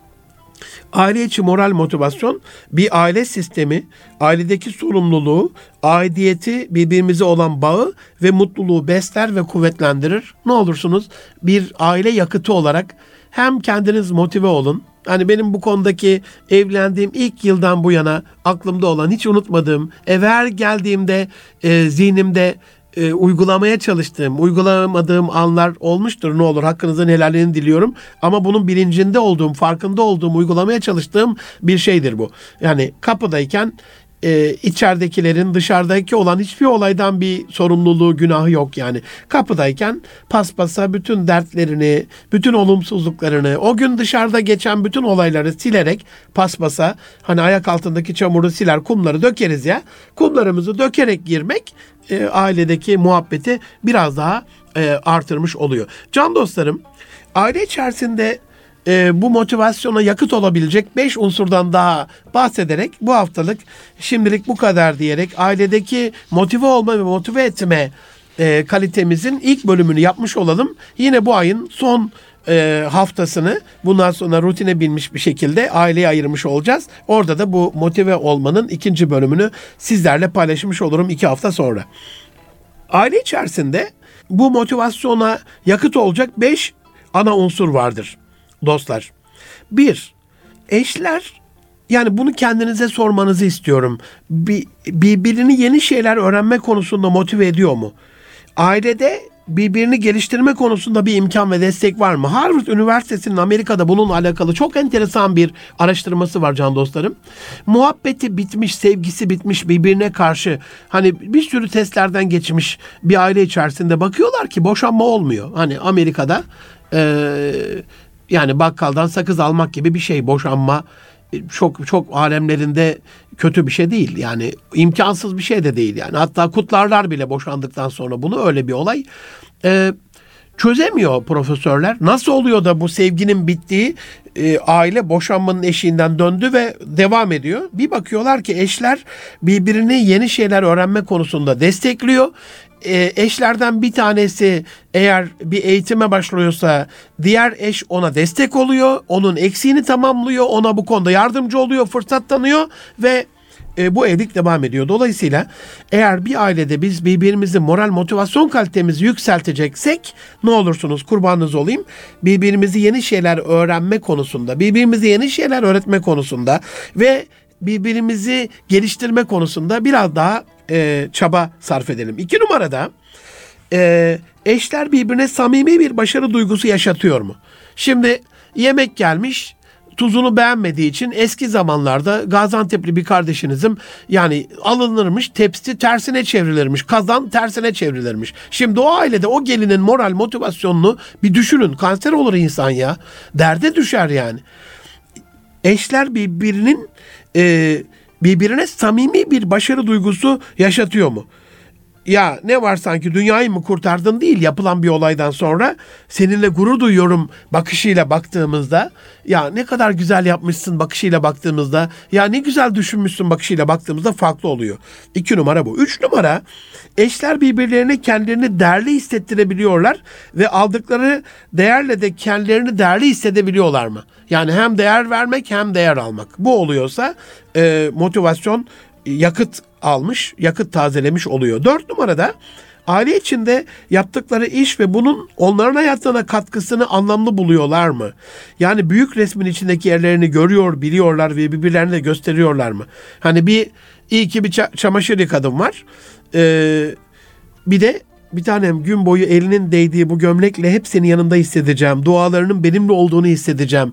aile içi moral motivasyon bir aile sistemi, ailedeki sorumluluğu, aidiyeti, birbirimize olan bağı ve mutluluğu besler ve kuvvetlendirir. Ne olursunuz bir aile yakıtı olarak hem kendiniz motive olun. Hani benim bu konudaki evlendiğim ilk yıldan bu yana aklımda olan, hiç unutmadığım, eve her geldiğimde zihnimde uygulamaya çalıştığım, uygulamadığım anlar olmuştur. Ne olur hakkınızın helalini diliyorum. Ama bunun bilincinde olduğum, farkında olduğum, uygulamaya çalıştığım bir şeydir bu. Yani kapıdayken içeridekilerin dışarıdaki olan hiçbir olaydan bir sorumluluğu, günahı yok yani. Kapıdayken paspasa bütün dertlerini, bütün olumsuzluklarını, o gün dışarıda geçen bütün olayları silerek paspasa, hani ayak altındaki çamuru siler, kumları dökeriz ya, kumlarımızı dökerek girmek ailedeki muhabbeti biraz daha artırmış oluyor. Can dostlarım, aile içerisinde bu motivasyona yakıt olabilecek 5 unsurdan daha bahsederek bu haftalık şimdilik bu kadar diyerek ailedeki motive olma ve motive etme kalitemizin ilk bölümünü yapmış olalım. Yine bu ayın son haftasını bundan sonra rutine binmiş bir şekilde aileye ayırmış olacağız. Orada da bu motive olmanın ikinci bölümünü sizlerle paylaşmış olurum 2 hafta sonra. Aile içerisinde bu motivasyona yakıt olacak 5 ana unsur vardır. Dostlar, 1. Eşler, yani bunu kendinize sormanızı istiyorum. Birbirini yeni şeyler öğrenme konusunda motive ediyor mu? Ailede birbirini geliştirme konusunda bir imkan ve destek var mı? Harvard Üniversitesi'nin Amerika'da bununla alakalı çok enteresan bir araştırması var can dostlarım. Muhabbeti bitmiş, sevgisi bitmiş, birbirine karşı hani bir sürü testlerden geçmiş bir aile içerisinde bakıyorlar ki boşanma olmuyor. Hani Amerika'da yani bakkaldan sakız almak gibi bir şey, boşanma çok alemlerinde kötü bir şey değil. Yani imkansız bir şey de değil yani. Hatta kutlarlar bile boşandıktan sonra bunu, öyle bir olay. Çözemiyor profesörler. Nasıl oluyor da bu sevginin bittiği aile boşanmanın eşiğinden döndü ve devam ediyor. Bir bakıyorlar ki eşler birbirini yeni şeyler öğrenme konusunda destekliyor. Eşlerden bir tanesi eğer bir eğitime başlıyorsa diğer eş ona destek oluyor. Onun eksiğini tamamlıyor. Ona bu konuda yardımcı oluyor, fırsat tanıyor ve bu evlilik devam ediyor. Dolayısıyla eğer bir ailede biz birbirimizi moral motivasyon kalitemizi yükselteceksek ne olursunuz kurbanınız olayım. Birbirimizi yeni şeyler öğrenme konusunda, birbirimizi yeni şeyler öğretme konusunda ve birbirimizi geliştirme konusunda biraz daha çaba sarf edelim. 2 numarada eşler birbirine samimi bir başarı duygusu yaşatıyor mu? Şimdi yemek gelmiş, tuzunu beğenmediği için eski zamanlarda Gaziantep'li bir kardeşinizim yani alınırmış, tepsi tersine çevrilirmiş, kazan tersine çevrilirmiş. Şimdi o ailede o gelinin moral motivasyonunu bir düşünün. Kanser olur insan ya. Derde düşer yani. Eşler birbirine samimi bir başarı duygusu yaşatıyor mu? Ya ne var sanki dünyayı mı kurtardın değil, yapılan bir olaydan sonra seninle gurur duyuyorum bakışıyla baktığımızda, ya ne kadar güzel yapmışsın bakışıyla baktığımızda, ya ne güzel düşünmüşsün bakışıyla baktığımızda farklı oluyor. 2 numara bu. 3 numara, eşler birbirlerine kendilerini değerli hissettirebiliyorlar ve aldıkları değerle de kendilerini değerli hissedebiliyorlar mı? Yani hem değer vermek hem değer almak. Bu oluyorsa motivasyon yakıt almış, yakıt tazelemiş oluyor. 4 numarada aile içinde yaptıkları iş ve bunun onların hayatına katkısını anlamlı buluyorlar mı? Yani büyük resmin içindeki yerlerini görüyor, biliyorlar ve birbirlerine de gösteriyorlar mı? Hani iyi ki bir çamaşır yıkadım var. Bir de bir tanem gün boyu elinin değdiği bu gömlekle hep senin yanında hissedeceğim. Dualarının benimle olduğunu hissedeceğim.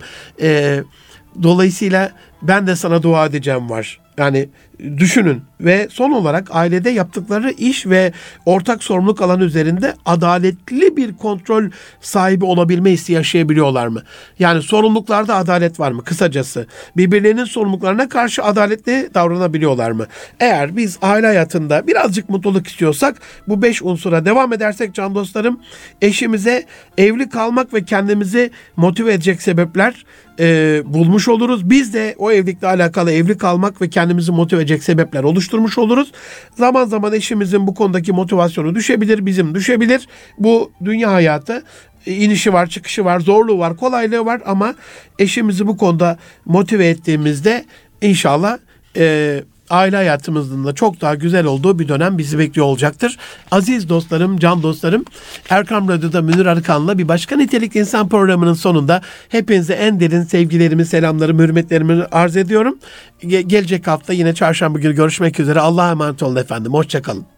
Dolayısıyla ben de sana dua edeceğim var. Yani düşünün ve son olarak ailede yaptıkları iş ve ortak sorumluluk alanı üzerinde adaletli bir kontrol sahibi olabilme hissi yaşayabiliyorlar mı? Yani sorumluluklarda adalet var mı? Kısacası birbirlerinin sorumluluklarına karşı adaletli davranabiliyorlar mı? Eğer biz aile hayatında birazcık mutluluk istiyorsak bu 5 unsura devam edersek can dostlarım, eşimize evli kalmak ve kendimizi motive edecek sebepler bulmuş oluruz. Biz de o evlilikle alakalı evli kalmak ve kendimizi motive edecek sebepler oluşturmuş oluruz. Zaman zaman eşimizin bu konudaki motivasyonu düşebilir, bizim düşebilir. Bu dünya hayatı, inişi var, çıkışı var, zorluğu var, kolaylığı var ama eşimizi bu konuda motive ettiğimizde inşallah aile hayatımızın da çok daha güzel olduğu bir dönem bizi bekliyor olacaktır. Aziz dostlarım, can dostlarım, Erkam Radyo'da Münir Arıkan'la bir başka nitelikli insan programının sonunda hepinize en derin sevgilerimi, selamlarımı, hürmetlerimi arz ediyorum. Gelecek hafta yine çarşamba günü görüşmek üzere. Allah'a emanet olun efendim. Hoşça kalın.